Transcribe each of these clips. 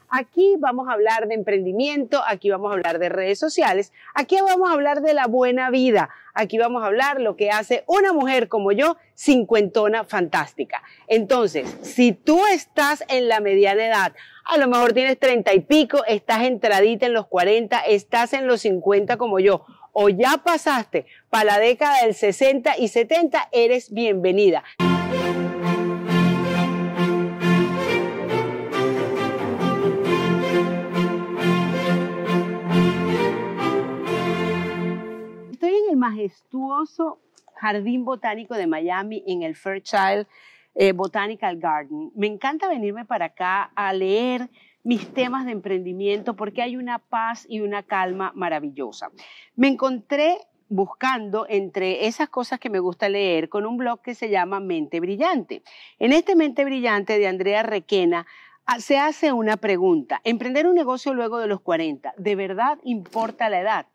Aquí vamos a hablar de emprendimiento, aquí vamos a hablar de redes sociales, aquí vamos a hablar de la buena vida, aquí vamos a hablar lo que hace una mujer como yo, cincuentona fantástica. Entonces, si tú estás en la mediana edad, a lo mejor tienes 30 y pico, estás entradita en los 40, estás en los 50 como yo, o ya pasaste para la década del 60 y 70, eres bienvenida. Estoy en el majestuoso Jardín Botánico de Miami, en el Fairchild Botanical Garden. Me encanta venirme para acá a leer mis temas de emprendimiento porque hay una paz y una calma maravillosa. Me encontré buscando entre esas cosas que me gusta leer con un blog que se llama Mente Brillante. En este Mente Brillante de Andrea Requena se hace una pregunta. ¿Emprender un negocio luego de los 40, de verdad importa la edad?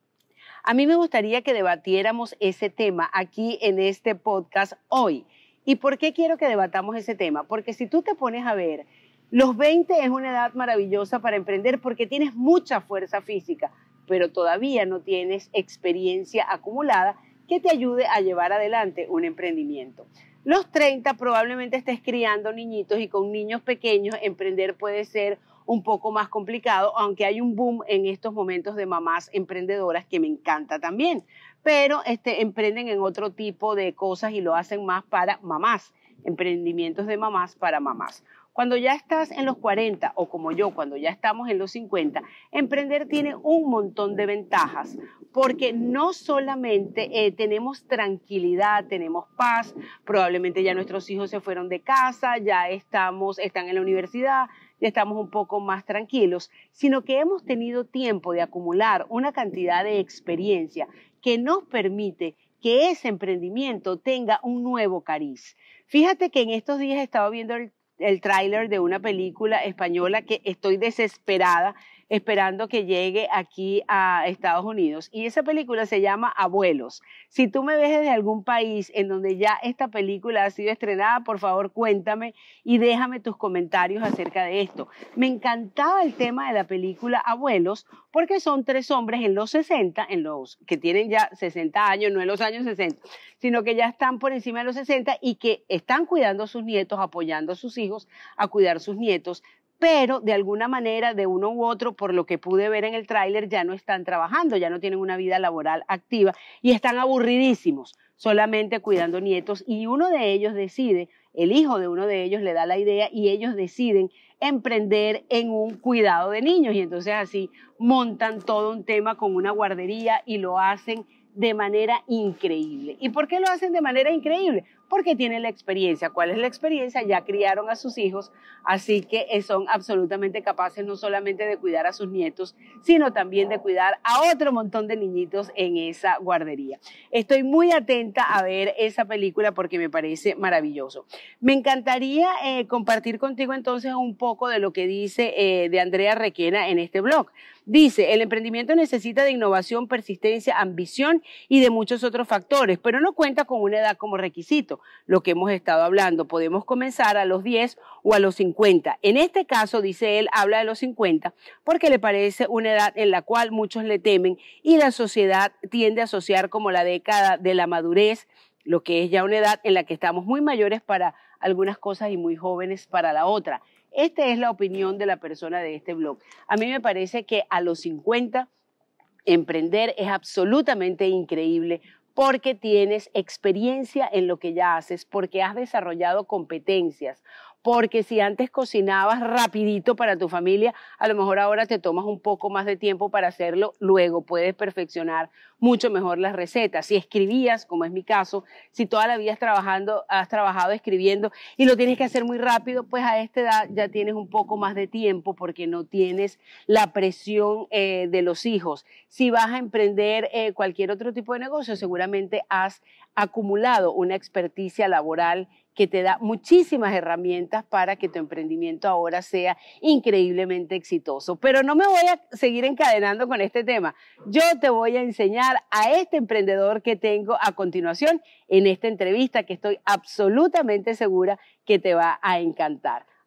A mí me gustaría que debatiéramos ese tema aquí en este podcast hoy. ¿Y por qué quiero que debatamos ese tema? Porque si tú te pones a ver, los 20 es una edad maravillosa para emprender porque tienes mucha fuerza física, pero todavía no tienes experiencia acumulada que te ayude a llevar adelante un emprendimiento. Los 30 probablemente estés criando niñitos y con niños pequeños emprender puede ser un poco más complicado, aunque hay un boom en estos momentos de mamás emprendedoras que me encanta también, pero emprenden en otro tipo de cosas y lo hacen más para mamás, emprendimientos de mamás para mamás. Cuando ya estás en los 40 o como yo, cuando ya estamos en los 50, emprender tiene un montón de ventajas porque no solamente tenemos tranquilidad, tenemos paz, probablemente ya nuestros hijos se fueron de casa, ya están en la universidad, ya estamos un poco más tranquilos, sino que hemos tenido tiempo de acumular una cantidad de experiencia que nos permite que ese emprendimiento tenga un nuevo cariz. Fíjate que en estos días estaba viendo el tráiler de una película española que estoy desesperada esperando que llegue aquí a Estados Unidos. Y esa película se llama Abuelos. Si tú me ves desde algún país en donde ya esta película ha sido estrenada, por favor cuéntame y déjame tus comentarios acerca de esto. Me encantaba el tema de la película Abuelos porque son 3 hombres en los 60, que tienen ya 60 años, no en los años 60, sino que ya están por encima de los 60 y que están cuidando a sus nietos, apoyando a sus hijos a cuidar sus nietos, pero de alguna manera, de uno u otro, por lo que pude ver en el tráiler, ya no están trabajando, ya no tienen una vida laboral activa y están aburridísimos, solamente cuidando nietos, y uno de ellos decide, el hijo de uno de ellos le da la idea y ellos deciden emprender en un cuidado de niños, y entonces así montan todo un tema con una guardería y lo hacen de manera increíble. ¿Y por qué lo hacen de manera increíble? Porque tienen la experiencia. ¿Cuál es la experiencia? Ya criaron a sus hijos, así que son absolutamente capaces no solamente de cuidar a sus nietos, sino también de cuidar a otro montón de niñitos en esa guardería. Estoy muy atenta a ver esa película porque me parece maravilloso. Me encantaría compartir contigo entonces un poco de lo que dice de Andrea Requena en este blog. Dice, el emprendimiento necesita de innovación, persistencia, ambición y de muchos otros factores, pero no cuenta con una edad como requisito. Lo que hemos estado hablando, podemos comenzar a los 10 o a los 50. En este caso, dice él, habla de los 50 porque le parece una edad en la cual muchos le temen y la sociedad tiende a asociar como la década de la madurez, lo que es ya una edad en la que estamos muy mayores para algunas cosas y muy jóvenes para la otra. Esta es la opinión de la persona de este blog. A mí me parece que a los 50 emprender es absolutamente increíble porque tienes experiencia en lo que ya haces, porque has desarrollado competencias, porque si antes cocinabas rapidito para tu familia, a lo mejor ahora te tomas un poco más de tiempo para hacerlo, luego puedes perfeccionar mucho mejor las recetas. Si escribías, como es mi caso, si toda la vida has trabajado escribiendo y lo tienes que hacer muy rápido, pues a esta edad ya tienes un poco más de tiempo porque no tienes la presión de los hijos. Si vas a emprender cualquier otro tipo de negocio, seguramente has acumulado una experticia laboral que te da muchísimas herramientas para que tu emprendimiento ahora sea increíblemente exitoso. Pero no me voy a seguir encadenando con este tema. Yo te voy a enseñar a este emprendedor que tengo a continuación en esta entrevista que estoy absolutamente segura que te va a encantar.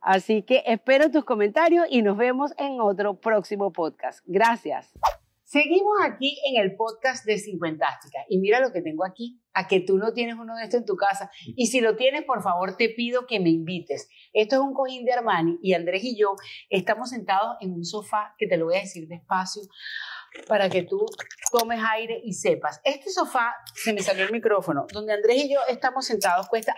Así que espero tus comentarios y nos vemos en otro próximo podcast. Gracias. Seguimos aquí en el podcast de Cincuentástica y mira lo que tengo aquí, a que tú no tienes uno de estos en tu casa y si lo tienes, por favor, te pido que me invites. Esto es un cojín de Armani y Andrés y yo estamos sentados en un sofá que te lo voy a decir despacio para que tú tomes aire y sepas. Este sofá, se me salió el micrófono, donde Andrés y yo estamos sentados, cuesta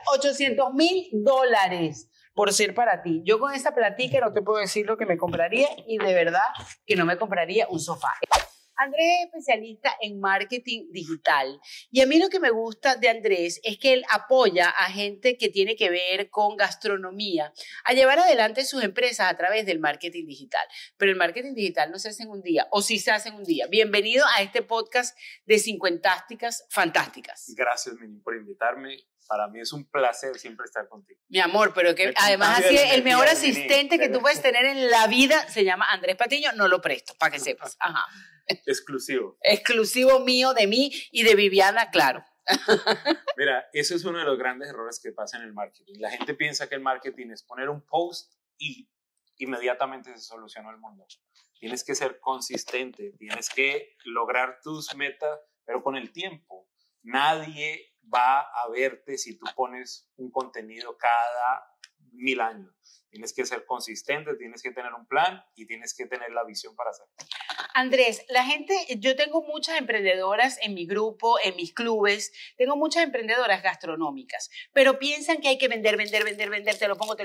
$800,000 por ser para ti. Yo con esa platica no te puedo decir lo que me compraría y de verdad que no me compraría un sofá. Andrés es especialista en marketing digital y a mí lo que me gusta de Andrés es que él apoya a gente que tiene que ver con gastronomía a llevar adelante sus empresas a través del marketing digital. Pero el marketing digital no se hace en un día, o sí se hace en un día. Bienvenido a este podcast de Cincuentásticas Fantásticas. Gracias, Mini, por invitarme. Para mí es un placer siempre estar contigo. Mi amor, pero que además así el mejor asistente que tú puedes tener en la vida se llama Andrés Patiño. No lo presto, para que sepas. Ajá. Exclusivo. Exclusivo mío, de mí y de Viviana, claro. Mira, eso es uno de los grandes errores que pasa en el marketing. La gente piensa que el marketing es poner un post y inmediatamente se solucionó el mundo. Tienes que ser consistente, tienes que lograr tus metas, pero con el tiempo. Nadie va a verte si tú pones un contenido cada 1000 años. Tienes que ser consistente, tienes que tener un plan y tienes que tener la visión para hacerlo. Andrés, la gente, yo tengo muchas emprendedoras en mi grupo, en mis clubes, tengo muchas emprendedoras gastronómicas, pero piensan que hay que vender, te lo pongo.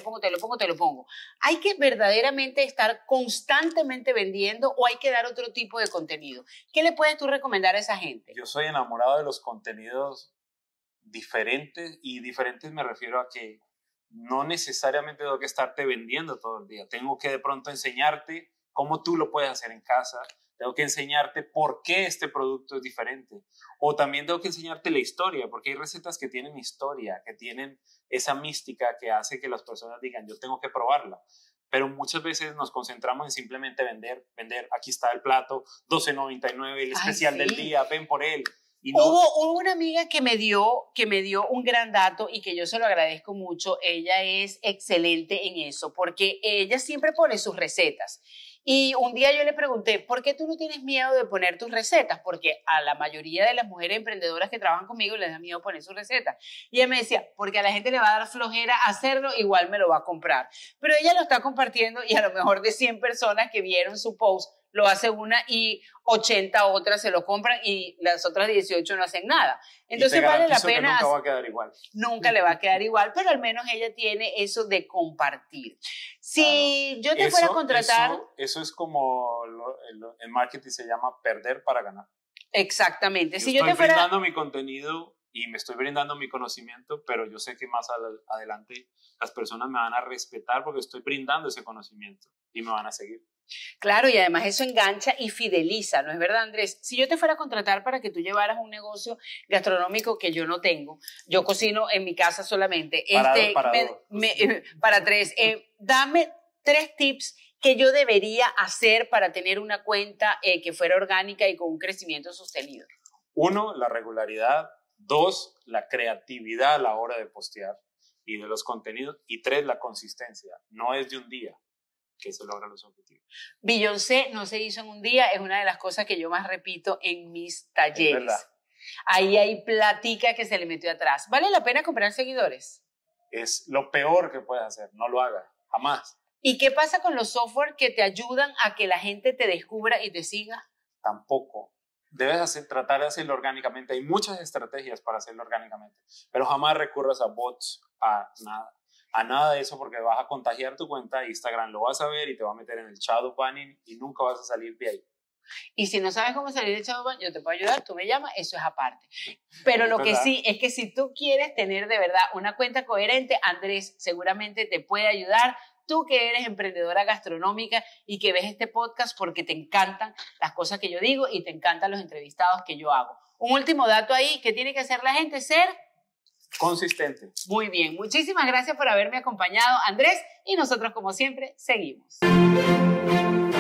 ¿Hay que verdaderamente estar constantemente vendiendo o hay que dar otro tipo de contenido? ¿Qué le puedes tú recomendar a esa gente? Yo soy enamorado de los contenidos diferentes y diferentes me refiero a que no necesariamente tengo que estarte vendiendo todo el día. Tengo que de pronto enseñarte cómo tú lo puedes hacer en casa. Tengo que enseñarte por qué este producto es diferente. O también tengo que enseñarte la historia, porque hay recetas que tienen historia, que tienen esa mística que hace que las personas digan, yo tengo que probarla. Pero muchas veces nos concentramos en simplemente vender. Aquí está el plato, $12.99, el especial del día, ven por él. Y no... Hubo una amiga que me dio un gran dato y que yo se lo agradezco mucho. Ella es excelente en eso porque ella siempre pone sus recetas. Y un día yo le pregunté, ¿por qué tú no tienes miedo de poner tus recetas? Porque a la mayoría de las mujeres emprendedoras que trabajan conmigo les da miedo poner sus recetas. Y ella me decía, porque a la gente le va a dar flojera hacerlo, igual me lo va a comprar. Pero ella lo está compartiendo y a lo mejor de 100 personas que vieron su post, lo hace una y 80 otras se lo compran y las otras 18 no hacen nada. Entonces vale la pena. Nunca va a quedar igual. Nunca le va a quedar igual, pero al menos ella tiene eso de compartir. Si yo te fuera a contratar... Eso es como en marketing se llama perder para ganar. Exactamente. Yo estoy brindando mi contenido y me estoy brindando mi conocimiento, pero yo sé que más adelante las personas me van a respetar porque estoy brindando ese conocimiento y me van a seguir. Claro, y además eso engancha y fideliza, ¿no es verdad, Andrés? Si yo te fuera a contratar para que tú llevaras un negocio gastronómico que yo no tengo, yo cocino en mi casa solamente. Para tres. Dame 3 tips que yo debería hacer para tener una cuenta que fuera orgánica y con un crecimiento sostenido. 1, la regularidad. 2, la creatividad a la hora de postear y de los contenidos. Y 3, la consistencia. No es de un día que se logran los objetivos. Beyoncé no se hizo en un día, es una de las cosas que yo más repito en mis talleres. Es verdad. Ahí hay platica que se le metió atrás. ¿Vale la pena comprar seguidores? Es lo peor que puedes hacer, no lo hagas, jamás. ¿Y qué pasa con los software que te ayudan a que la gente te descubra y te siga? Tampoco. Debes tratar de hacerlo orgánicamente. Hay muchas estrategias para hacerlo orgánicamente, pero jamás recurras a bots, a nada de eso porque vas a contagiar tu cuenta. Instagram lo vas a ver y te va a meter en el shadow banning y nunca vas a salir de ahí. Y si no sabes cómo salir del shadow ban, yo te puedo ayudar, tú me llamas, eso es aparte. Pero lo que sí es que si tú quieres tener de verdad una cuenta coherente, Andrés seguramente te puede ayudar. Tú que eres emprendedora gastronómica y que ves este podcast porque te encantan las cosas que yo digo y te encantan los entrevistados que yo hago. Un último dato ahí, ¿qué tiene que hacer la gente? Ser consistente. Muy bien, muchísimas gracias por haberme acompañado, Andrés, y nosotros como siempre seguimos.